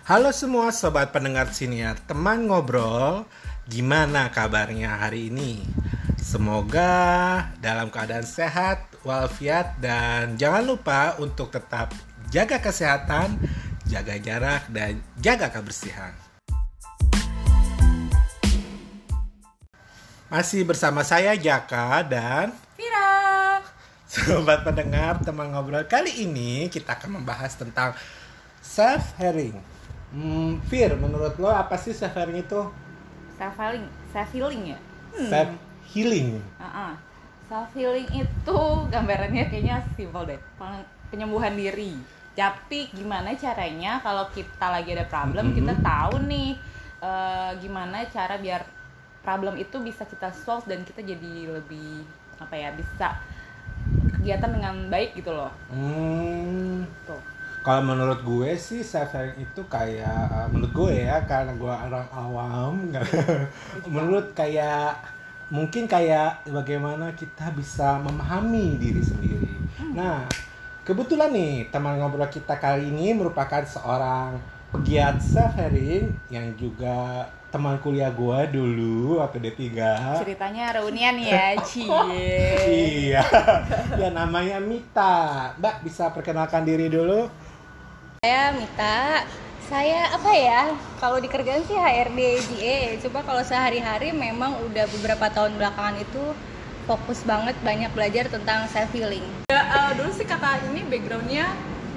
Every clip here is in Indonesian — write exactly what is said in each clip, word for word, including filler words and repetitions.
Halo semua sobat pendengar siniar, teman ngobrol, gimana kabarnya hari ini? Semoga dalam keadaan sehat, walafiat, dan jangan lupa untuk tetap jaga kesehatan, jaga jarak, dan jaga kebersihan. Masih bersama saya Jaka dan Vira. Sobat pendengar, teman ngobrol, kali ini kita akan membahas tentang self-healing. Hmm, Fir, menurut lo apa sih self-healing itu? Self-healing, self-healing ya? Hmm. Self-healing? Uh-uh. Self-healing itu gambarannya kayaknya simpel deh, penyembuhan diri. Tapi gimana caranya kalau kita lagi ada problem, mm-hmm. kita tahu nih uh, gimana cara biar problem itu bisa kita solve dan kita jadi lebih, apa ya, bisa kegiatan dengan baik gitu loh. Hmm. Tuh. Kalau menurut gue sih self-healing itu kayak uh, menurut gue ya, karena gue orang awam, menurut kayak mungkin kayak bagaimana kita bisa memahami diri sendiri. Hmm. Nah, kebetulan nih teman ngobrol kita kali ini merupakan seorang pegiat self-healing yang juga teman kuliah gue dulu waktu D tiga. Ceritanya reunian ya, cie. Iya. Ya namanya Mita. Mbak bisa perkenalkan diri dulu? Saya Mita, saya apa ya, kalau di kerjaan sih H R D G E, coba kalau sehari-hari memang udah beberapa tahun belakangan itu fokus banget banyak belajar tentang self-healing. Ya, uh, dulu sih kakak ini backgroundnya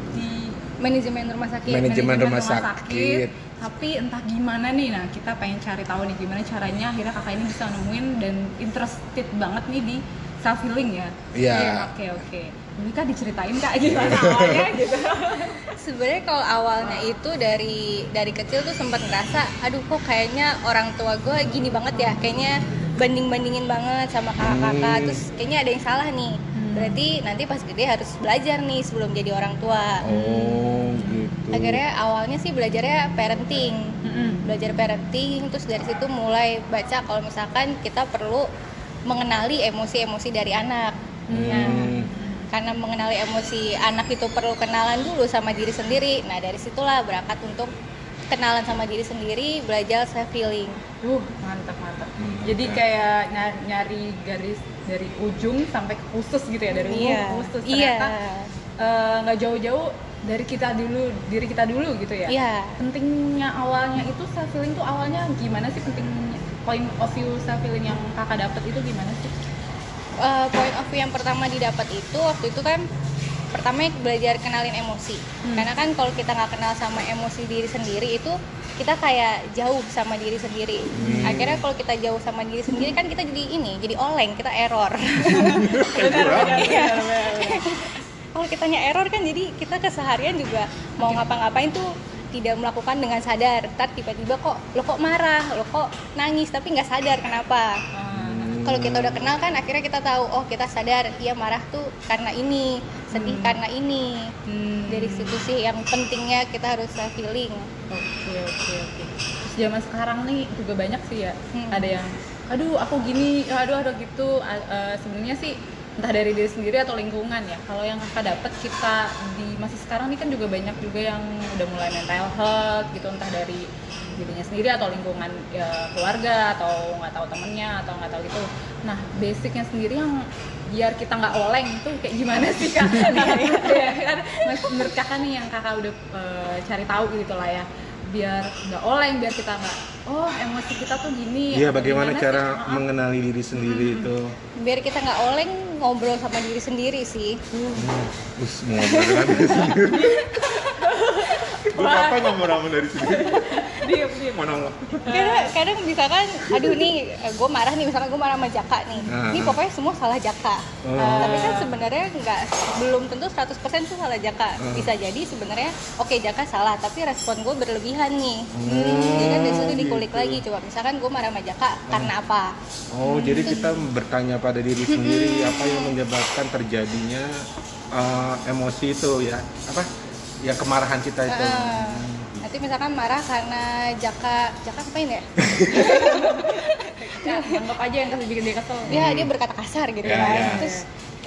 di manajemen rumah sakit. Manajemen rumah, rumah sakit. sakit. Tapi entah gimana nih, nah kita pengen cari tahu nih gimana caranya akhirnya kakak ini bisa nemuin dan interested banget nih di self-healing ya. Iya. Yeah. Oke oke. Ini Kak diceritain Kak gimana awalnya gitu. Sebenarnya kalau awalnya itu dari dari kecil tuh sempat ngerasa, aduh kok kayaknya orang tua gue gini banget ya, kayaknya banding-bandingin banget sama kakak-kakak, hmm. terus kayaknya ada yang salah nih. Hmm. Berarti nanti pas gede harus belajar nih sebelum jadi orang tua. Oh gitu. Akhirnya awalnya sih belajarnya parenting, hmm. belajar parenting, terus dari situ mulai baca kalau misalkan kita perlu mengenali emosi-emosi dari anak. Hmm. Nah, karena mengenali emosi anak itu perlu kenalan dulu sama diri sendiri. Nah dari situlah berangkat untuk kenalan sama diri sendiri, belajar self-healing. Uh, mantap mantap. Hmm. Jadi kayak nyari garis dari ujung sampai ke khusus gitu ya, dari ujung yeah. ke khusus. Ternyata nggak yeah. uh, jauh-jauh dari kita dulu, diri kita dulu gitu ya. Yeah. Pentingnya awalnya itu self-healing tuh awalnya gimana sih, pentingnya point of view self-healing yang kakak dapat itu gimana sih? Uh, point of view yang pertama didapat itu waktu itu kan pertama belajar kenalin emosi. Hmm. Karena kan kalau kita nggak kenal sama emosi diri sendiri itu kita kayak jauh sama diri sendiri. Hmm. Akhirnya kalau kita jauh sama diri sendiri kan kita jadi ini, jadi oleng, kita error. Kalau kitanya error kan jadi kita keseharian juga mau ngapa-ngapain tuh tidak melakukan dengan sadar. Ntar tiba-tiba kok lo kok marah, lo kok nangis tapi nggak sadar kenapa. Hmm. Kalau kita udah kenal kan akhirnya kita tahu, oh kita sadar iya marah tuh karena ini, sedih hmm. karena ini. Hmm. Dari situ sih yang pentingnya kita harus self-healing. Oke oke oke. Terus zaman sekarang nih juga banyak sih ya, hmm. ada yang aduh aku gini, aduh aduh gitu. Uh, sebenarnya sih entah dari diri sendiri atau lingkungan ya. Kalau yang kakak dapat kita di masa sekarang nih kan juga banyak juga yang udah mulai mental health gitu, entah dari dirinya sendiri atau lingkungan ya, keluarga atau nggak tahu temennya atau nggak tahu gitu. Nah basicnya sendiri yang biar kita nggak oleng itu kayak gimana sih kak? Ya, kan menurut kakak nih yang kakak udah uh, cari tahu gitu lah ya, biar nggak oleng, biar kita nggak oh emosi kita tuh gini. Iya bagaimana cara sih? Mengenali diri sendiri hmm. itu? Biar kita nggak oleng, ngobrol sama diri sendiri sih. Hmm. Us ngobrol dengan diri sendiri. Gue apa ngomong sama dari sini? Diam, diam. Monolog. Kadang, kadang misalkan, aduh nih, gue marah nih, misalkan gue marah sama Jaka nih. Uh-huh. Ini pokoknya semua salah Jaka. Uh. Uh, tapi kan sebenarnya nggak, belum tentu seratus persen itu salah Jaka. Uh. Bisa jadi sebenarnya, oke okay, Jaka salah, tapi respon gue berlebihan nih. Hmm. Jadi kan dari situ dikulik gitu. Lagi, coba misalkan gue marah sama Jaka, uh. karena apa? Oh, hmm. jadi kita bertanya pada diri sendiri, apa yang menyebabkan terjadinya uh, emosi itu ya? Apa? Ya kemarahan kita itu. Uh, nanti misalkan marah karena Jaka, Jaka ngapain ya? Ya, anggap aja yang kasih bikin dia kesel. Ya, dia berkata kasar gitu ya, kan. ya. Terus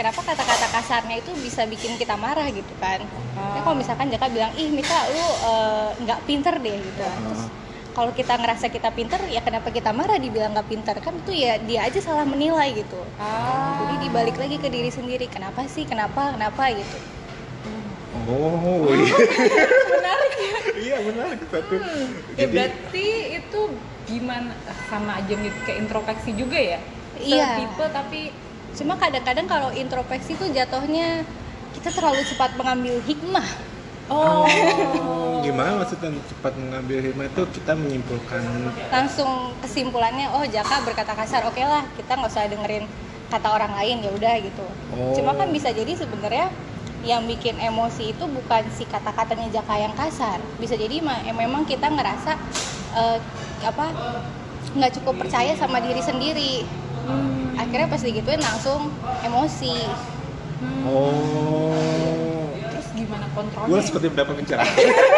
kenapa kata-kata kasarnya itu bisa bikin kita marah gitu kan. Oh. Ya kalau misalkan Jaka bilang, ih Mika lu eh, nggak pinter deh gitu. Terus kalau kita ngerasa kita pinter, ya kenapa kita marah dibilang nggak pinter? Kan itu ya dia aja salah menilai gitu. Ah. Jadi dibalik lagi ke diri sendiri, kenapa sih, kenapa, kenapa gitu. Oh, iya. Menarik ya. Iya menarik satu. Hmm. Ya Jadi berarti itu gimana, sama aja nih kayak introspeksi juga ya? Iya. Tipe tapi Cuma kadang-kadang kalau introspeksi tuh jatuhnya kita terlalu cepat mengambil hikmah. oh. gimana maksudnya cepat mengambil hikmah itu kita menyimpulkan Langsung kesimpulannya, oh Jaka berkata kasar, oke lah kita nggak usah dengerin kata orang lain, ya udah gitu. Oh. Cuma kan bisa jadi sebenarnya yang bikin emosi itu bukan si kata-katanya Jaka yang kasar, bisa jadi ma- eh, memang kita ngerasa eh, apa nggak cukup percaya sama diri sendiri. Hmm. Akhirnya pas digituin langsung emosi. Hmm. oh Terus gimana kontrolnya? gue seperti mendapat pencerahan.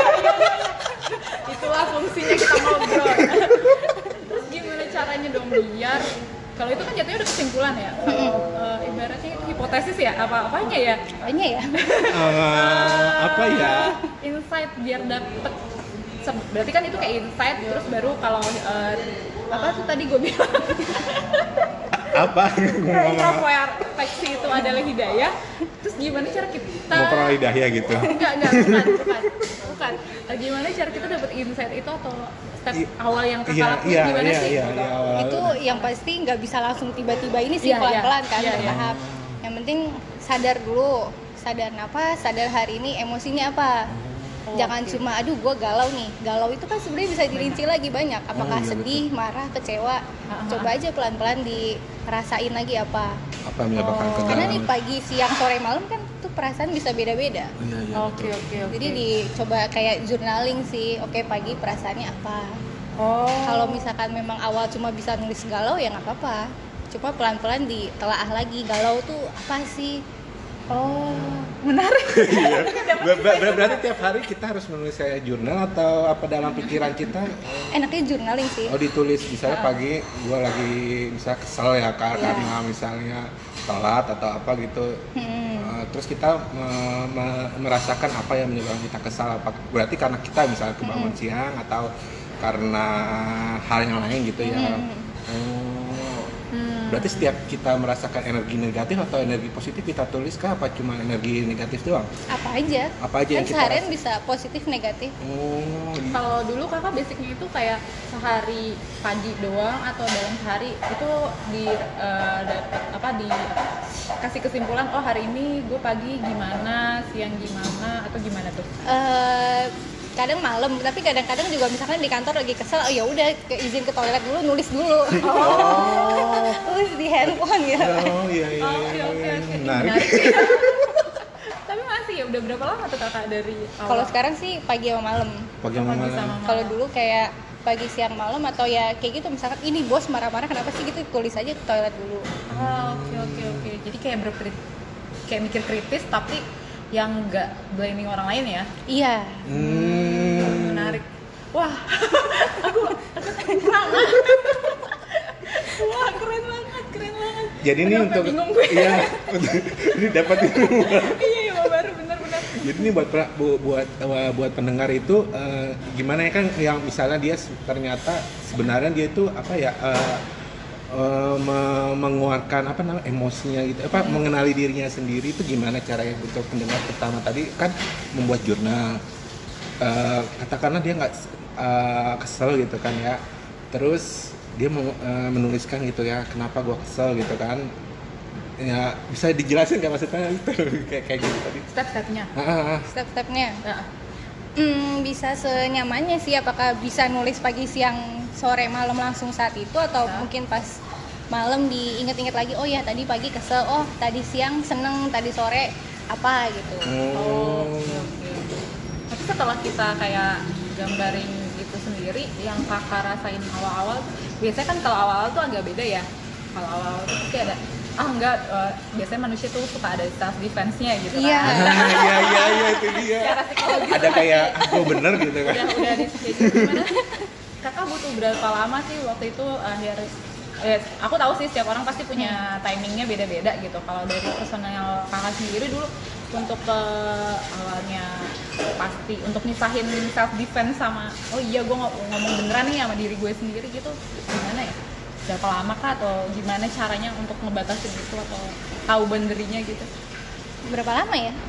Itulah fungsinya kita ngobrol. Terus gimana caranya dong biar, kalau itu kan jatuhnya udah kesimpulan ya, kalau uh, ibaratnya itu hipotesis ya, apa-apanya ya, Apanya ya? Eh, apa ya insight biar dapet se- berarti kan itu kayak insight, terus baru kalau uh, apa tuh tadi gue bilang apa introspeksi itu adalah hidayah. Terus gimana cara kita mau perang hidayah gitu. enggak enggak bukan bukan bukan Uh, gimana cara kita dapat insight itu, atau step I- awal yang kakak Iya lakuin iya gimana iya sih? iya iya awal. Itu yang pasti nggak bisa langsung tiba-tiba ini sih, Iya, pelan-pelan iya. kan, Iya, iya. bertahap. Yang penting sadar dulu, sadar apa, sadar hari ini emosinya apa. Oh, Jangan oke. cuma aduh gue galau nih. Galau itu kan sebenarnya bisa dirinci lagi banyak. Apakah iya, sedih, marah, kecewa. Ha-ha. Coba aja pelan-pelan dirasain lagi apa. apa yang menyebabkan Oh. kegalauan? Karena nih pagi, siang, sore, malam kan tuh perasaan bisa beda-beda. Oh, iya, iya, Oke betul. oke oke. Jadi dicoba kayak journaling sih. Oke, pagi perasaannya apa. oh Kalau misalkan memang awal cuma bisa nulis galau ya nggak apa-apa. Cuma pelan-pelan ditelaah lagi, galau tuh apa sih? oh menarik. Iya. Ber- ber- ber- berarti tiap hari kita harus menulis kayak jurnal atau apa dalam pikiran kita? Enaknya journaling sih. Oh ditulis, misalnya pagi gua lagi bisa kesel ya Kak, Iya. karena misalnya telat atau apa gitu. Hmm. Uh, terus kita me- me- merasakan apa yang menyebabkan kita kesal, apa berarti karena kita misalnya kebangun siang atau karena hal yang lain gitu ya. Hmm. Oh. Hmm. Berarti setiap kita merasakan energi negatif atau energi positif kita tulis kah, apa cuma energi negatif doang? Apa aja? Apa aja Kan yang kita seharian rasa- bisa positif negatif. Oh, gitu. Kalau dulu kakak basicnya itu kayak sehari pagi doang atau dalam sehari itu di eh, dapat apa di apa, kasih kesimpulan, oh hari ini gue pagi gimana, siang gimana, atau gimana tuh? Eh, kadang malam, tapi kadang-kadang juga misalkan di kantor lagi kesel, oh ya udah ke- izin ke toilet dulu, nulis dulu. Oh, Tulis di handphone gitu. oh iya iya. Oh, iya, oke oke iya. oke. Ih, Menarik. menarik. Tapi masih ya, udah berapa lama tuh kakak dari awal? Kalau sekarang sih pagi sama malam. Pagi Pagi malam. sama malam. Kalau dulu kayak pagi siang malam atau ya kayak gitu, misalkan ini bos marah-marah kenapa sih gitu, tulis aja ke toilet dulu. Ah, oke oke oke. Jadi kayak berkrit kayak mikir kritis tapi yang nggak blaming orang lain ya. Iya. Hmm. Menarik. Wah, aku aku banget. Wah, keren banget, keren banget. Jadi ini Aduh, untuk sampai bingung gue. iya, ini dapat itu. Iya, iya, baru benar-benar. Jadi ini buat pra- bu- buat uh, buat pendengar itu uh, gimana ya kan, yang misalnya dia se- ternyata sebenarnya dia itu apa ya uh, uh, me- mengeluarkan apa namanya emosinya gitu, apa mengenali dirinya sendiri itu gimana caranya. Untuk pendengar pertama tadi kan membuat jurnal, uh, katakanlah dia nggak uh, kesel gitu kan ya, terus dia mau uh, menuliskan gitu ya, kenapa gua kesel gitu kan ya, bisa dijelasin nggak maksudnya kayak kayak gitu tadi. Step-stepnya. Ah, ah, ah. Step-stepnya. Nah, Hmm, bisa senyamannya sih, apakah bisa nulis pagi, siang, sore, malam langsung saat itu, atau Ya. mungkin pas malam diinget-inget lagi, oh ya tadi pagi kesel, oh tadi siang seneng, tadi sore apa gitu. oh, oke oke. Tapi setelah kita kayak gambarin itu sendiri, yang kakak rasain awal-awal, biasanya kan kalau awal-awal tuh agak beda ya. Kalau awal-awal tuh pasti ada, ah enggak, eh, biasanya manusia tuh suka ada self defense-nya gitu Iya. kan. Ah, iya iya iya itu dia. Secara psikologis Ada kayak aku bener gitu kan. udah udah di stage gimana? Kakak butuh berapa lama sih waktu itu akhir ya, aku tahu sih setiap orang pasti punya timingnya beda-beda gitu. Kalau dari personal kakak sendiri dulu untuk ke awalnya pasti untuk misahin self defense sama oh iya gue ngomong beneran nih sama diri gue sendiri gitu gimana ya? Berapa lama kah atau gimana caranya untuk ngebatasin itu atau tahu boundary-nya gitu? Berapa lama ya?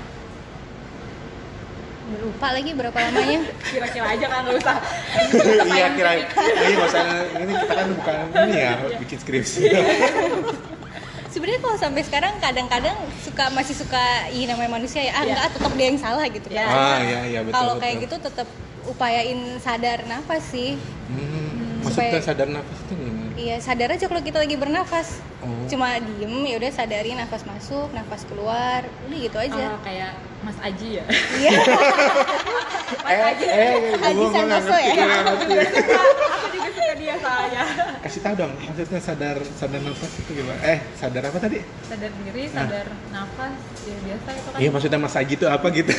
Lupa lagi berapa lamanya. Kira-kira aja kan nggak usah. Iya kira. Ini masalah ini kita kan bukan ini ya bikin skripsi. Sebenarnya kalau sampai sekarang kadang-kadang suka masih suka ini namanya manusia ya. Ah Iya. enggak tetap dia yang salah gitu Iya. kan. Ah iya iya betul. Kalau betul. kayak gitu tetap upayain sadar nafas sih. Hmm, maksudnya supaya- sadar nafas itu gimana? Iya, sadar aja kalau kita lagi bernafas. Oh. Cuma diem ya udah sadarin nafas masuk, nafas keluar. Udah gitu aja. Oh, kayak Mas Aji ya. Iya. Eh, eh, Haji gua nggak Santoso ngerti, ya? gua nggak ngerti. Aku juga suka dia soalnya. Kasih tahu dong, maksudnya sadar sadar nafas itu gimana? Eh, sadar apa tadi? Sadar diri, sadar nafas, ya biasa itu kan. Iya, maksudnya Mas Haji itu apa gitu?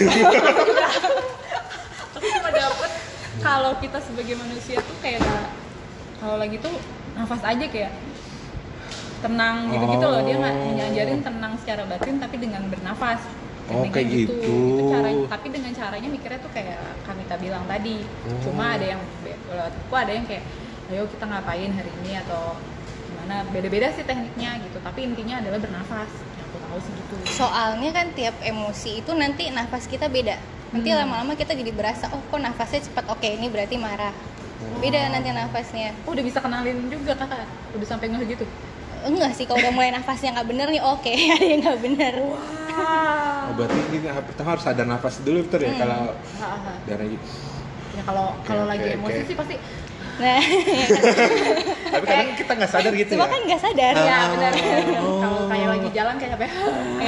Aku cuma dapet kalau kita sebagai manusia tuh kayak kalau lagi tuh nafas aja kayak tenang gitu-gitu loh. Dia nggak Oh. ngajarin tenang secara batin tapi dengan bernafas. Oh, Tekniknya kayak gitu. Itu caranya, tapi dengan caranya mikirnya tuh kayak Kamita bilang tadi. Oh. Cuma ada yang kalau aku ada yang kayak ayo kita ngapain hari ini atau gimana. Beda-beda sih tekniknya gitu. Tapi intinya adalah bernafas. Yang aku tahu sih gitu. Soalnya kan tiap emosi itu nanti nafas kita beda. Nanti Hmm. lama-lama kita jadi berasa, oh kok nafasnya cepat, oke ini berarti marah. Beda nanti nafasnya. Oh, udah bisa kenalin juga kakak. Udah sampai ngeh gitu. Enggak sih, kalau udah mulai nafasnya nggak bener nih, oke ada yang nggak bener. Oh, berarti ini pertama harus sadar nafas dulu betul ya Hmm. kalau Ha-ha. darah gitu. Ya kalau kalau Oke, lagi oke, emosi oke. sih pasti Nah, Tapi kadang kita nggak sadar gitu cuma ya. kan nggak sadar. Ah. ya benar. Oh. Kalau kayak lagi jalan kayak apa?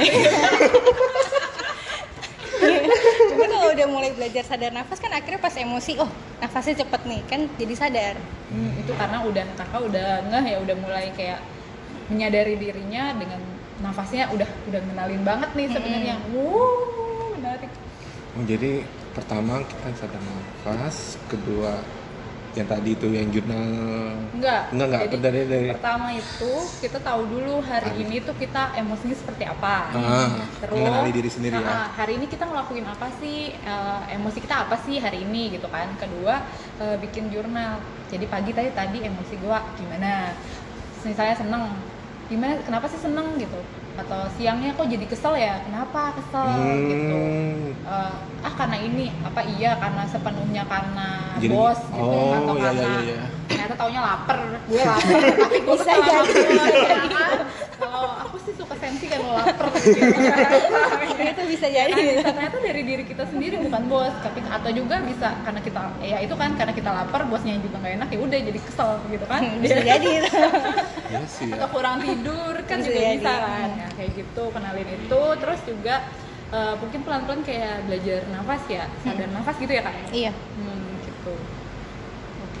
Cuma kalau udah mulai belajar sadar nafas kan akhirnya pas emosi, oh nafasnya cepet nih, kan jadi sadar. Hmm, itu karena udah kakak udah ngeh ya udah mulai kayak menyadari dirinya dengan nafasnya udah udah kenalin banget nih sebenarnya. Wow, menarik. Oh, jadi pertama kita sadar nafas, kedua yang tadi itu yang jurnal. Enggak. Enggak enggak Jadi, dari dari pertama itu kita tahu dulu hari Hari. ini tuh kita emosinya seperti apa. Ah, Terus mengenali diri sendiri ya. ah, hari ini kita ngelakuin apa sih, eh, emosi kita apa sih hari ini gitu kan. Kedua eh, bikin jurnal. Jadi pagi tadi tadi emosi gua gimana? Misalnya seneng, gimana? Kenapa sih seneng gitu? Atau siangnya kok jadi kesel ya? Kenapa kesel gitu? Hmm. Eh, ah karena ini apa iya karena sepenuhnya karena Jadi- bos gitu oh, atau iya, karena iya, iya. ternyata taunya lapar gue lapar tapi gue Bisa kesel sama jadi. bos, ya kan? Kalau aku sih suka sensi kan lapar gitu. Itu bisa jadi. Nah, ternyata dari diri kita sendiri bukan bos tapi atau juga bisa karena kita ya itu kan karena kita lapar bosnya juga nggak enak ya udah jadi kesel gitu kan. Bisa jadi itu. Iya sih ya. Atau kurang tidur kan Bisa juga jadi. bisa kan ya, kayak gitu kenalin itu terus juga eh, mungkin pelan-pelan kayak belajar nafas ya sadar nafas gitu ya kak. Iya. Hmm, gitu. Oke.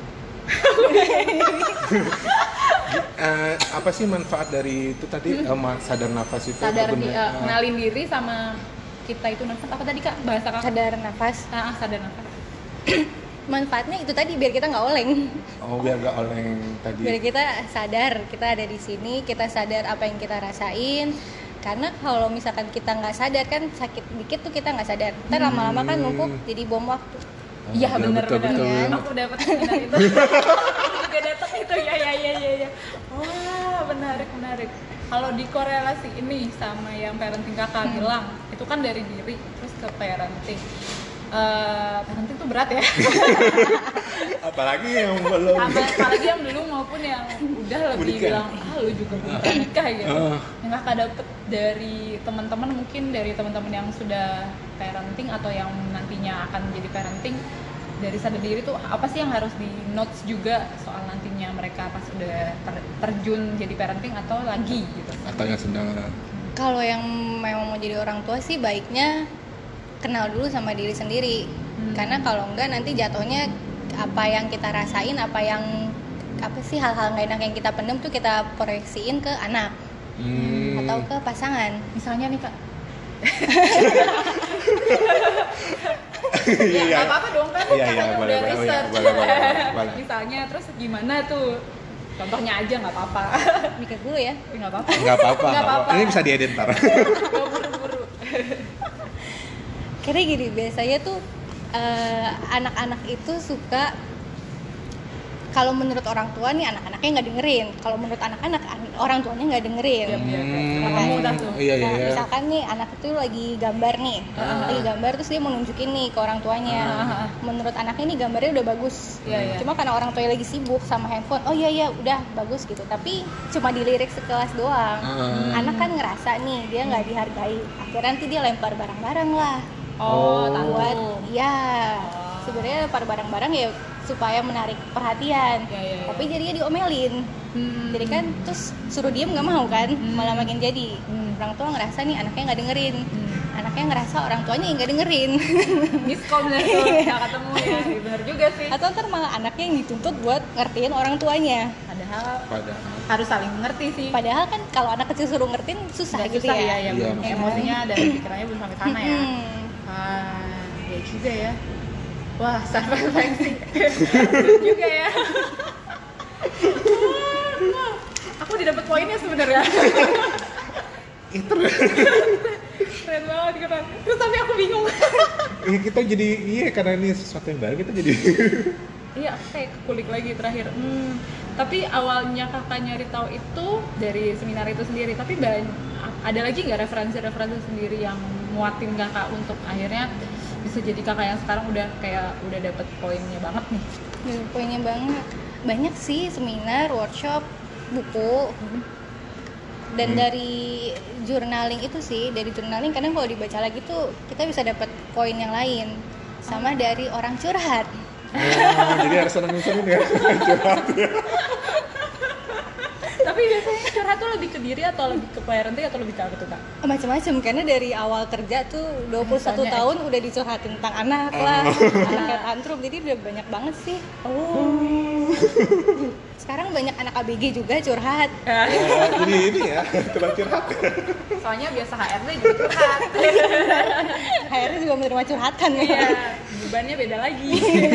Eh, apa sih manfaat dari itu tadi eh, ma- sadar nafas itu? Sadar di, Benar- eh, ah. kenalin diri sama kita itu nafas apa tadi kak bahasa kak? Sadar nafas. Ah, ah, sadar nafas. Manfaatnya itu tadi biar kita nggak oleng. Oh, biar gak oleng tadi. Biar kita sadar kita ada di sini, kita sadar apa yang kita rasain. Karena kalau misalkan kita nggak sadar kan sakit dikit tuh kita nggak sadar. Ntar Hmm. lama-lama kan numpuk jadi bom waktu. Oh, Iya betul, benar betul, benar. betul, kan? betul. Aku dapat seminar itu. Aku juga dapat itu ya ya ya ya ya. Wah menarik menarik. Kalau dikorelasi ini sama yang parenting kakak bilang itu kan dari diri terus ke parenting. Eh, parenting tuh berat ya. Apalagi yang belum. Apa- apalagi yang dulu maupun yang udah lebih Menikah. bilang ah lu juga belum nikah gitu. Ah. Yang kakak dapet dari teman-teman mungkin dari teman-teman yang sudah parenting atau yang nantinya akan jadi parenting dari sadar diri tuh apa sih yang harus di notes juga soal nantinya mereka pas sudah ter- terjun jadi parenting atau lagi gitu. Atau yang sedang. Kalau yang memang mau jadi orang tua sih baiknya kenal dulu sama diri sendiri. Hmm. Karena kalau enggak nanti jatuhnya apa yang kita rasain, apa yang apa sih hal-hal nggak enak yang kita pendem tuh kita proyeksiin ke anak Hmm. atau ke pasangan. Misalnya nih kak, Iya, ya iya. nggak apa-apa dong kan Iya, iya, katanya boleh, udah boleh, research. boleh, boleh, boleh. Misalnya terus gimana tuh Contohnya aja nggak apa-apa. Mikir dulu ya. Nggak apa-apa. Nggak apa-apa. Nggak apa-apa. Ini bisa diedit ntar. Nggak buru-buru. Karena gini, biasanya tuh eh, anak-anak itu suka, kalau menurut orang tua nih anak-anaknya nggak dengerin, kalau menurut anak-anak an- orang tuanya nggak dengerin. Iya, iya. Hmm. Kamu udah tuh. Iya iya Nah, iya. misalkan nih anak itu lagi gambar nih, Ah. lagi gambar terus dia mau nunjukin nih ke orang tuanya. Ah. Menurut anaknya nih gambarnya udah bagus. Iya, iya. Cuma karena orang tuanya lagi sibuk sama handphone, oh iya iya udah bagus gitu. Tapi cuma dilirik sekelas doang. Ah. Anak kan ngerasa nih dia nggak dihargai. Akhirnya nanti dia lempar barang-barang lah. Oh, Oh. tahu. Buat iya. Oh. Sebenarnya lempar barang-barang ya supaya menarik perhatian. Iya, iya, iya. Tapi jadinya diomelin. Hmm. Jadi kan terus suruh diem nggak mau kan, Hmm. malah makin jadi. Hmm. Orang tua ngerasa nih anaknya nggak dengerin, Hmm. anaknya ngerasa orang tuanya yang nggak dengerin. miskom bener tuh, nggak ketemu ya. Bener juga sih. Atau ntar malah anaknya yang dituntut buat ngertiin orang tuanya. Padahal Padahal. harus saling mengerti sih. Padahal kan kalau anak kecil suruh ngertiin susah Nggak gitu susah ya. ya, ya, Iya, belum maksudnya. emosinya dan pikirannya belum sampai sana ya. Mm-mm. Ah, ya juga ya. Wah, self refleksi. Bener juga ya. Aku udah dapet poinnya sebenarnya. Itu Keren banget, keren. Terus tapi aku bingung. ya, kita jadi iya karena ini sesuatu yang baru kita jadi Iya, aku kayak kulik lagi terakhir. Hmm, tapi awalnya kakak nyari tahu itu dari seminar itu sendiri. Tapi ban- ada lagi nggak referensi-referensi sendiri yang muatin kakak untuk akhirnya bisa jadi kakak yang sekarang udah kayak udah dapet poinnya banget nih? Ya, poinnya banget. Banyak sih seminar, workshop, buku. Dan Hmm. dari journaling itu sih, dari journaling kadang kalau dibaca lagi tuh kita bisa dapat poin yang lain. Sama dari orang curhat. oh, jadi harus seneng-seneng ya curhat ya. Tapi biasanya curhat tuh lebih ke diri atau lebih ke parenting atau lebih ke apa tuh kak? Macam-macam, karena dari awal kerja tuh dua puluh satu Misalnya, tahun udah dicurhatin tentang anak lah, anaknya tantrum, jadi udah banyak banget sih. Oh. Sekarang banyak anak A B G juga curhat. Oh, jadi ini ya tukang curhat Soalnya biasa H R D juga curhat. Akhirnya juga menerima curhatan ya. Iya, bebannya beda lagi.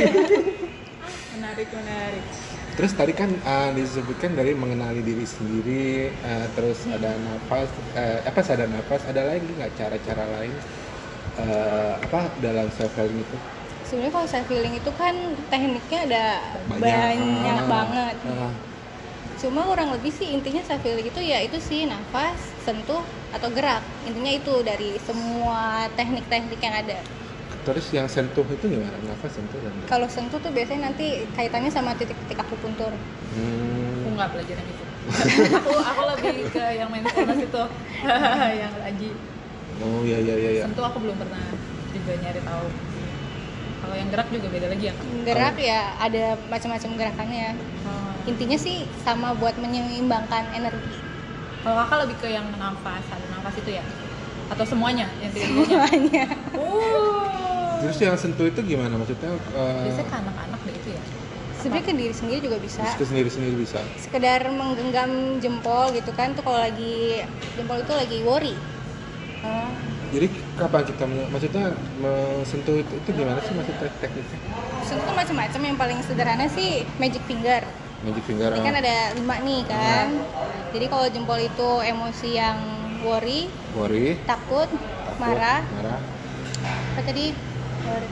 Menarik, menarik. terus tadi kan uh, disebutkan dari mengenali diri sendiri, uh, terus ada nafas, uh, apa sadar nafas, ada lagi nggak cara-cara lain uh, apa dalam self healing itu? Sebenarnya kalau self healing itu kan tekniknya ada Banyak. banyak, Ah, banget. ah. Cuma kurang lebih sih intinya self healing itu ya itu sih nafas, sentuh atau gerak. Intinya itu dari semua teknik-teknik yang ada. Terus yang sentuh itu gimana? Nafas sentuh dan Kalau sentuh tuh biasanya nanti kaitannya sama titik-titik akupuntur. Aku hmm. nggak pelajaran itu. aku aku lebih ke yang mindfulness itu, yang lagi Oh iya iya iya. iya. sentuh aku belum pernah juga nyari tahu. Kalau yang gerak juga beda lagi ya kak. Gerak ya ada macam-macam gerakannya. Oh. Intinya sih sama buat menyeimbangkan energi. Kalau kakak lebih ke yang nafas, ada nafas itu ya? Atau semuanya yang tiga-tiganya? Semuanya. Oh. Terus yang sentuh itu gimana maksudnya? Uh, Biasanya ke anak-anak deh itu ya. Sebenarnya ke diri sendiri juga bisa. ke sendiri-sendiri bisa. Sekedar menggenggam jempol gitu kan tuh kalau lagi jempol itu lagi worry. Oh. Jadi kapan kita men- maksudnya mensentuh itu, itu gimana sih maksudnya tekniknya? Sentuh tuh macam-macam, yang paling sederhana sih magic finger. Magic finger. Ini kan ah, ada lima nih kan. Jadi kalau jempol itu emosi yang worry, worry, takut, takut, marah. marah. Apa tadi? Worry.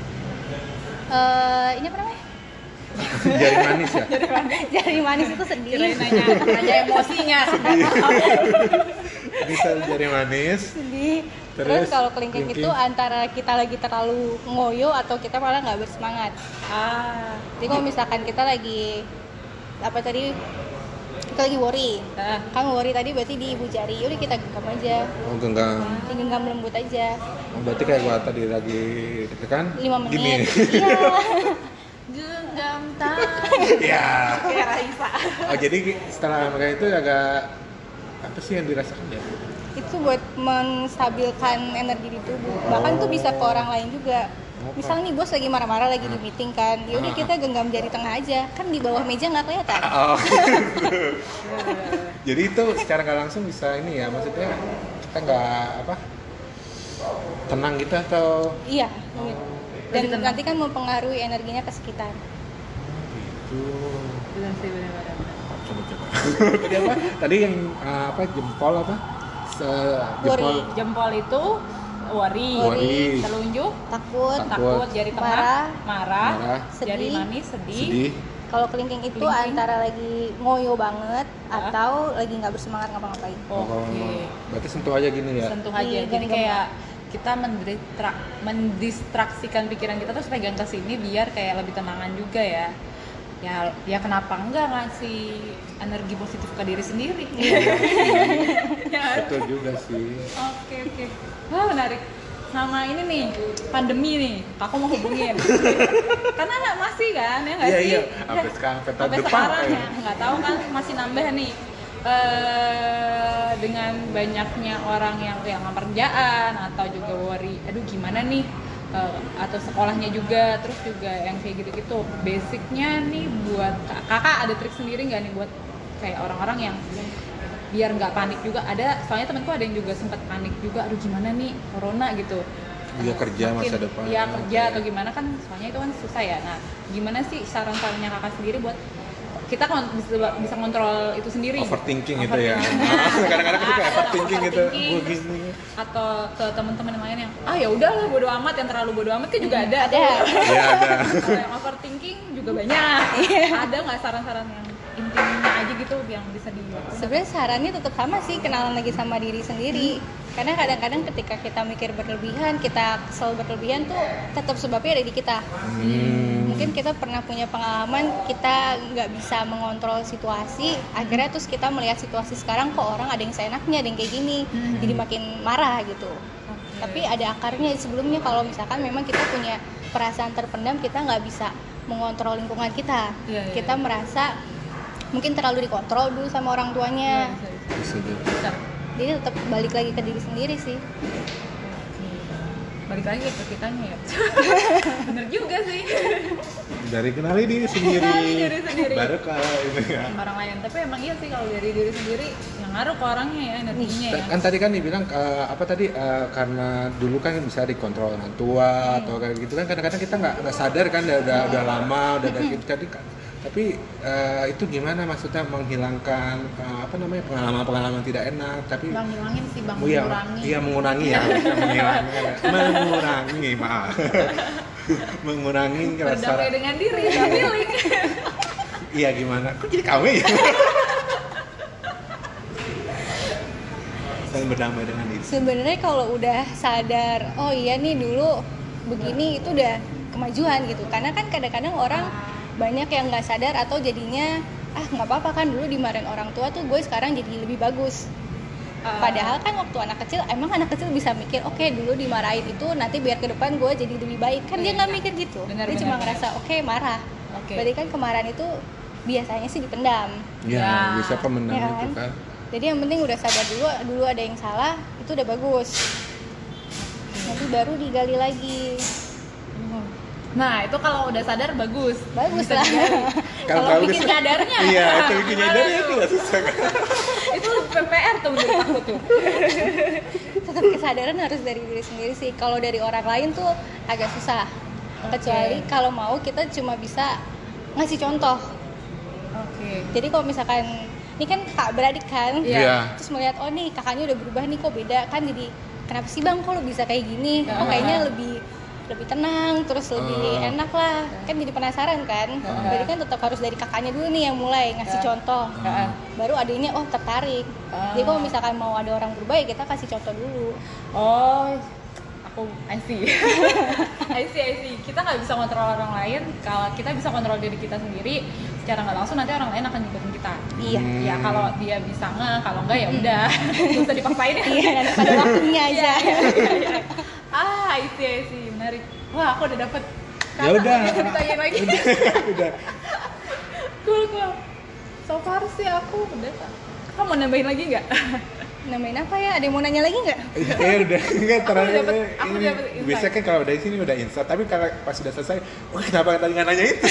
Eh, ini apa namanya? Jari manis ya. Jari manis itu sedih. Kirain nanya, nanya emosinya. Bisa jari manis. Sedih. Terus, Terus, kalau kelingking kelingking. itu antara kita lagi terlalu ngoyo atau kita malah nggak bersemangat. Ah. Jadi kalau misalkan kita lagi apa tadi kita lagi worry, Ah. kan worry tadi berarti di ibu jari, udah kita genggam aja, Oh genggam. digenggam lembut aja, Oh, berarti kayak gua tadi lagi tekan. lima Gini. menit. Iya. Genggam tangan. Iya. Kayak Raisa. Oh jadi setelah kayak itu agak apa sih yang dirasakan ya? Itu buat menstabilkan energi di tubuh. Bahkan tuh bisa ke orang lain juga. Misal nih bos lagi marah-marah lagi di meeting kan, yaudah kita genggam jari tengah aja, kan di bawah meja nggak kelihatan. Oh. Jadi itu secara nggak langsung bisa ini ya, maksudnya kita nggak apa tenang gitu atau Iya. Dan Lebih tenang. nanti kan mempengaruhi energinya ke sekitar. gitu. Benar sih, benar-benar. Coba coba. Tadi apa? Tadi yang uh, apa jempol apa? Se- Worry. Jempol itu worry, Worry. telunjuk takut, Takut. takut, jari tengah Marah. marah, Marah. jari Sedih. manis sedih, sedih. Kalau kelingking itu Kelingking. antara lagi ngoyo banget Hah? atau lagi nggak bersemangat ngapa-ngapain. Oh, kalau Oke. mau- berarti sentuh aja gini ya. Sentuh aja. Iya, Jadi genggam. kayak kita mendistrak, mendistraksikan pikiran kita terus pegang ke sini biar kayak lebih tenangan juga ya. Ya, ya kenapa enggak ngasih energi positif ke diri sendiri? Ya. Betul juga sih. Oke oke. Wah menarik. Sama ini nih pandemi nih, aku mau hubungin. Karena nggak masih kan ya nggak Iya, sih? iya. Sampai sekarang, sampai tahun Sampai depan sekarang kayaknya. ya nggak tahu kan masih nambah nih. Eh dengan banyaknya orang yang yang ngelamar kerjaan atau juga worry, aduh gimana nih. Eh, atau sekolahnya juga, terus juga yang kayak gitu-gitu. Basicnya nih buat kakak ada trik sendiri nggak nih buat kayak orang-orang yang biar nggak panik juga. Ada soalnya temanku ada yang juga sempat panik juga, aduh gimana nih corona gitu. Iya, Eh, kerja makin- masa depan. Iya kerja Oke. atau gimana kan soalnya itu kan susah ya. Nah gimana sih saran-sarannya kakak sendiri buat kita kon- bisa, bisa kontrol itu sendiri? Overthinking gitu ya. Overthinking. Kadang-kadang kita kayak Ah, overthinking gitu. overthinking. Gua gini. Atau ke teman-teman yang lain yang ah ya udahlah bodo amat, yang terlalu bodo amat kan juga ada. Ada. Iya, ada. Kalau yang overthinking juga banyak. Ada nggak saran-saran yang intinya aja gitu yang bisa dilakukan? Sebenarnya sarannya tetap sama sih, kenalan lagi sama diri sendiri. Karena kadang-kadang ketika kita mikir berlebihan, kita kesel berlebihan tuh tetap sebabnya ada di kita. Hmm. Mungkin kita pernah punya pengalaman kita nggak bisa mengontrol situasi, akhirnya terus kita melihat situasi sekarang kok orang ada yang seenaknya, ada yang kayak gini, Hmm. jadi makin marah gitu. Oke. Tapi ada akarnya sebelumnya. Kalau misalkan memang kita punya perasaan terpendam, kita nggak bisa mengontrol lingkungan kita. Iya, iya. Kita merasa mungkin terlalu dikontrol dulu sama orang Iya, tuanya. bisa, bisa. Bisa jadi. Bisa. Jadi tetap balik lagi ke diri sendiri sih. Balik lagi ke kitanya ya. Bener juga sih. Dari kenali diri sendiri. Kenali diri sendiri. Baru ke ini ya. Orang lain. Tapi emang iya sih kalau dari diri sendiri yang ngaruh ke orangnya ya energinya ya. Kan tadi kan dibilang eh, apa tadi eh, karena dulu kan bisa dikontrol orang tua atau kayak gitu kan kadang-kadang kita nggak nggak sadar kan udah udah, udah lama udah dari gitu jadi kan- tapi eh, itu gimana maksudnya menghilangkan eh, apa namanya pengalaman-pengalaman tidak enak tapi Bang ngilangin sih bang, Oh iya, mengurangi. iya mengurangi ya, bukan menghilangkan. mengurangi maaf, mengurangi rasa. Berdamai dengan diri, nggak feeling. Iya gimana? Kok jadi kamu ya? Saling berdamai dengan diri. Sebenarnya kalau udah sadar, oh iya nih dulu begini, itu udah kemajuan gitu. Karena kan kadang-kadang orang banyak yang nggak sadar atau jadinya ah nggak apa-apa kan dulu dimarahin orang tua tuh gue sekarang jadi lebih bagus. Ah. Padahal kan waktu anak kecil emang anak kecil bisa mikir oke dulu dimarahin itu nanti biar ke depan gue jadi lebih baik kan dia nggak mikir gitu. Benar, Dia benar, cuma benar. ngerasa oke marah. Oke. Berarti kan kemarahan itu biasanya sih dipendam. Ya, Ya. bisa pemendam Ya itu kan? kan. Jadi yang penting udah sadar dulu, dulu ada yang salah, itu udah bagus. Nanti baru digali lagi. Nah itu kalau udah sadar bagus. Bagus Bisa lah. digali. Kalau Kalau tahu bikin bisa- nyadarnya. Iya, itu bikin nyadarnya itu nggak susah kan. Itu P P R tuh menurut aku tuh. Tetap kesadaran harus dari diri sendiri sih. Kalau dari orang lain tuh agak susah. Kecuali kalau mau kita cuma bisa ngasih contoh. Oke. Jadi kalau misalkan ini kan kakak beradik kan, Iya. terus melihat oh nih kakaknya udah berubah nih kok beda kan, jadi kenapa sih bang kok lo bisa kayak gini? Ah. Oh kayaknya lebih lebih tenang, terus lebih Ah. enak lah, kan jadi penasaran kan. Ah. Berarti kan tetap harus dari kakaknya dulu nih yang mulai ngasih Ah. contoh, Ah. baru adiknya oh tertarik. Ah. Jadi kalau misalkan mau ada orang berubah ya kita kasih contoh dulu. Oh, aku I see. I see, I see. Kita nggak bisa kontrol orang lain. Kalau kita bisa kontrol diri kita sendiri, secara nggak langsung nanti orang lain akan ngikutin kita. Iya. Hmm. Ya kalau dia bisa nge, kalau enggak ya udah. Nggak usah dipaksain ya. Iya, nanti pada waktunya aja. Iya, iya, iya. Ah, I see, I see. Menarik. Wah, aku udah dapet. Ya udah. Bisa ditanyain lagi. Udah. Cool, cool. So far sih aku udah. Kamu mau nambahin lagi nggak? Namain apa ya? Ada yang mau nanya lagi nggak? Ya udah enggak terlalu dapet- aku ini dapet insight. biasanya kan kalau dari sini udah insight tapi kalau pas sudah selesai wah kenapa tadi nggak nanya itu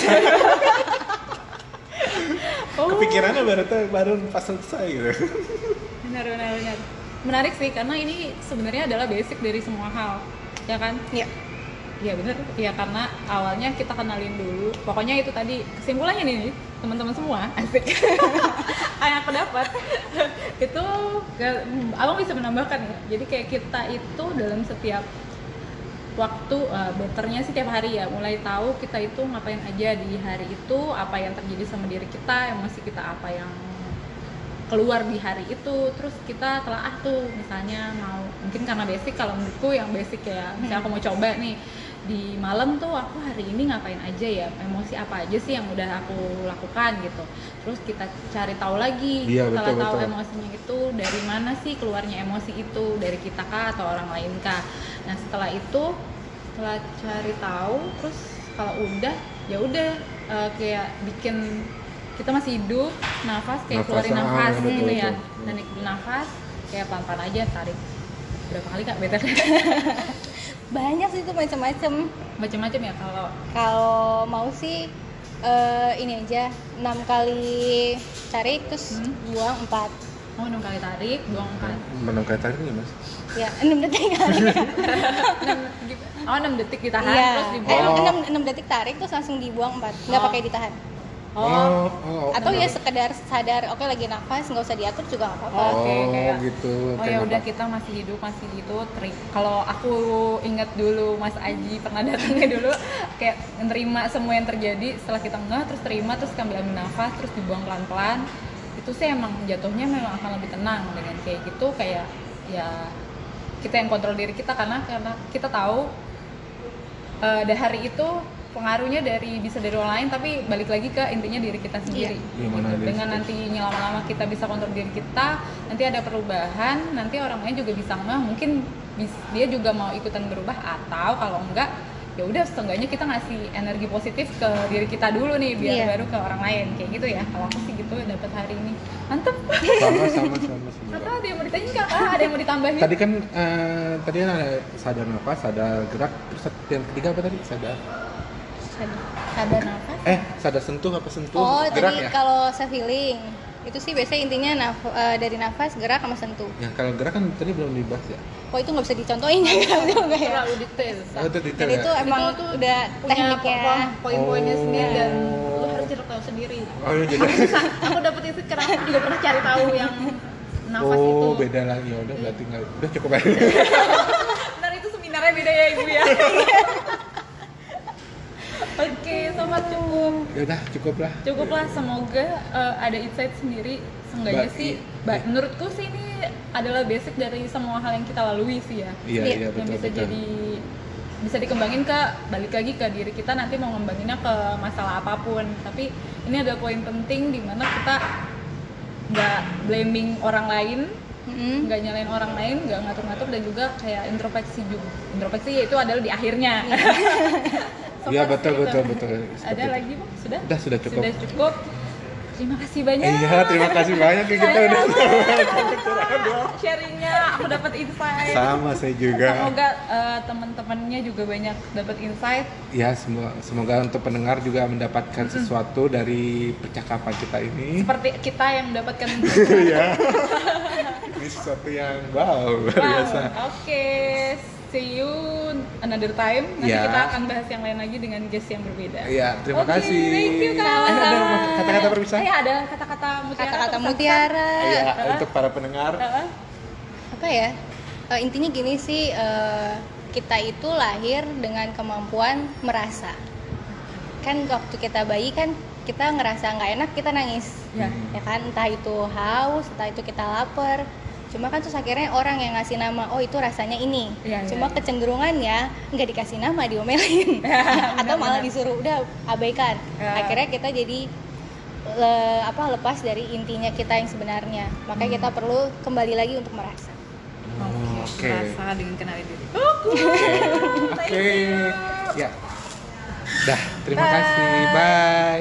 Oh. kepikirannya baru tuh baru pas selesai gitu. Benar, benar, benar. Menarik sih karena ini sebenarnya adalah basic dari semua hal, ya kan? Iya. Iya bener, ya karena awalnya kita kenalin dulu. Pokoknya itu tadi kesimpulannya nih teman-teman semua, asik. Yang aku dapat itu, abang bisa menambahkan ya. Jadi kayak kita itu dalam setiap waktu, uh, betternya sih tiap hari ya, mulai tahu kita itu ngapain aja di hari itu, apa yang terjadi sama diri kita, emosi kita apa yang keluar di hari itu, terus kita telaah tuh misalnya mau, mungkin karena basic, kalau menurutku yang basic ya, misalnya aku mau coba nih di malam tuh aku hari ini ngapain aja ya, emosi apa aja sih yang udah aku lakukan gitu, terus kita cari tahu lagi, Iya, setelah betul, tahu betul. emosinya itu dari mana sih keluarnya emosi itu, dari kita kah atau orang lain kah. Nah setelah itu, setelah cari tahu, terus kalau udah ya udah, uh, kayak bikin kita masih hidup, nafas kayak Nafas, keluarin ah, nafas betul, gitu ya. betul. Dan ikut nafas kayak pelan-pelan aja, tarik berapa kali Kak better? Banyak sih itu macam-macam. Macam-macam ya kalau Kalau mau sih eh, ini aja enam kali tarik terus Hmm. buang empat. mau enam kali tarik, buang empat. Menang kayak tadi nih mas. Ya enam detik kali. Oh enam detik ditahan Iya. terus Eh, dibuang. Oh. enam enam detik tarik terus langsung dibuang empat. Nggak Oh. pakai ditahan. Oh, oh, Atau ya sekedar sadar, oke lagi nafas nggak usah diatur juga nggak apa-apa. Oh, oke, oh kayak- gitu. Oh Kayak ya udah, apa? kita masih hidup, masih gitu. Teri- Kalau aku ingat dulu Mas Aji pernah datangnya dulu, kayak menerima semua yang terjadi, setelah kita ngeh terus terima, terus ambil ambil nafas, terus dibuang pelan-pelan. Itu sih emang jatuhnya memang akan lebih tenang dengan kayak gitu, kayak ya kita yang kontrol diri kita, karena karena kita tahu eh dari hari itu pengaruhnya dari bisa dari orang lain, tapi balik lagi ke intinya diri kita sendiri. Iya, mana Gitu. diri Dengan sendiri. nantinya lama-lama kita bisa kontrol diri kita, nanti ada perubahan, nanti orang lain juga bisa ngeh, mungkin bis- dia juga mau ikutan berubah, atau kalau enggak ya udah setengahnya kita ngasih energi positif ke diri kita dulu nih, biar Iya. baru ke orang lain, kayak gitu ya. Kalau aku sih gitu dapat hari ini. Mantep. Sama sama sama sama. Atau ada yang mau ditanya nggak? Ah, ada yang mau ditambahin? Tadi kan eh, tadi kan ada sadar nafas, sadar gerak, terus yang ketiga apa tadi? Sadar Sadar nafas. eh sadar sentuh apa sentuh? Oh, gerak tadi ya? kalau self healing itu sih biasanya intinya naf- eh, dari nafas, gerak sama sentuh. Ya kalau gerak kan tadi belum dibahas ya. Oh itu nggak bisa dicontohin ya juga ya. Terlalu detail. Oh, itu detail Jadi ya. itu emang Itu tuh udah punya tekniknya. po- poin-poinnya Oh. sendiri, dan lu harus cari tahu sendiri. Oh iya jadi. Aku dapet itu karena aku juga pernah cari tahu yang nafas itu. Oh beda lagi ya udah berarti nggak udah cukup aja. Benar, itu seminarnya beda ya ibu ya. Oke, sobat, cukup. Ya udah cukup lah. Cukuplah, semoga eh, ada insight sendiri. Seenggaknya Ba- sih, ba- menurutku sih ini adalah basic dari semua hal yang kita lalui sih ya. Iya Iya, iya yang betul bisa betul. jadi bisa dikembangin ke, balik lagi ke diri kita, nanti mau ngembanginnya ke masalah apapun. Tapi ini adalah poin penting di mana kita nggak blaming orang lain, Mm-mm. nggak nyalain orang lain, nggak ngatur-ngatur, dan juga kayak introspeksi juga. Introspeksi itu adalah di akhirnya. So, Iya Pak, betul gitu. betul betul. Ada Seperti itu. lagi Bang? Sudah? Udah sudah cukup. Sudah cukup. Terima kasih banyak. Iya terima kasih banyak ya kita udah. Sharingnya, aku dapat insight. Sama saya juga. Semoga eh, teman-temannya juga banyak dapat insight. Ya semoga, semoga untuk pendengar juga mendapatkan sesuatu dari percakapan kita ini. Seperti kita yang mendapatkan. Iya. Ini sesuatu yang wow luar Wow, biasa. Oke, see you another time. Nanti Ya. kita akan bahas yang lain lagi dengan guest yang berbeda. Iya terima Oke, kasih. thank you, Kak. Eh, ada kata-kata perpisahan? Eh, ada kata-kata mutiara. Kata-kata pesan-pesan. mutiara. Iya Heeh. untuk para pendengar. Heeh. Apa ya? Eh, intinya gini sih, eh, kita itu lahir dengan kemampuan merasa. Kan waktu kita bayi kan kita ngerasa nggak enak, kita nangis. Ya. Ya kan, entah itu haus, entah itu kita lapar. Cuma kan terus akhirnya orang yang ngasih nama, oh itu rasanya ini. Iya, Cuma iya. kecenderungannya nggak dikasih nama, diomelin. Atau malah benar. disuruh udah abaikan. Ya. Akhirnya kita jadi le- apa lepas dari intinya kita yang sebenarnya. Makanya kita perlu kembali lagi untuk merasa. Oke, Oke. merasa dengan kenali diri. Oke. Ya. Dah terima Bye. kasih. Bye.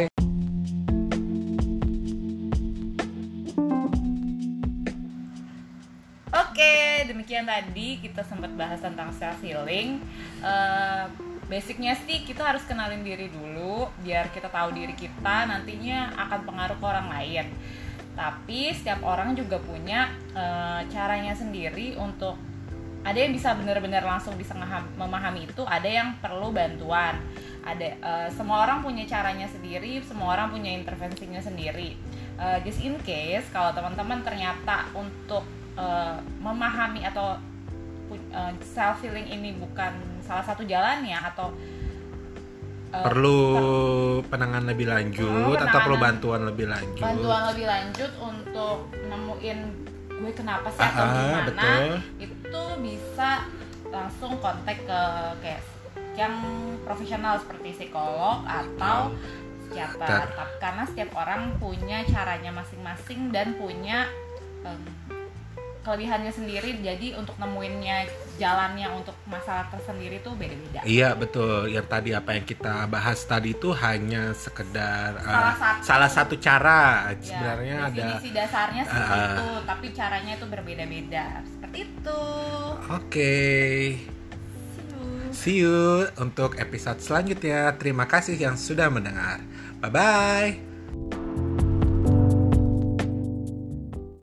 Oke, demikian tadi kita sempat bahas tentang self healing. Eh, basicnya sih kita harus kenalin diri dulu, biar kita tahu diri kita nantinya akan pengaruh ke orang lain. Tapi setiap orang juga punya eh, caranya sendiri untuk ada yang bisa benar-benar langsung bisa ngeham- memahami itu, ada yang perlu bantuan. Ada uh, semua orang punya caranya sendiri, semua orang punya intervensinya sendiri. Uh, just in case kalau teman-teman ternyata untuk uh, memahami atau uh, self healing ini bukan salah satu jalannya atau uh, perlu per- penanganan lebih lanjut penanganan, atau perlu bantuan lebih lanjut. Bantuan lebih lanjut untuk nemuin gue kenapa sih ah, atau gimana, betul. Itu bisa langsung kontak ke kayak yang profesional seperti psikolog atau psikiater. Karena setiap orang punya caranya masing-masing dan punya um, kelebihannya sendiri, jadi untuk nemuinnya jalannya untuk masalah tersendiri tuh beda-beda. Iya betul, yang tadi apa yang kita bahas tadi itu hanya sekedar salah, uh, satu, salah satu cara ya, sebenarnya definisi ada definisi dasarnya seperti uh, itu, tapi caranya itu berbeda-beda seperti itu. Oke, okay. See you untuk episode selanjutnya. Terima kasih yang sudah mendengar. Bye bye.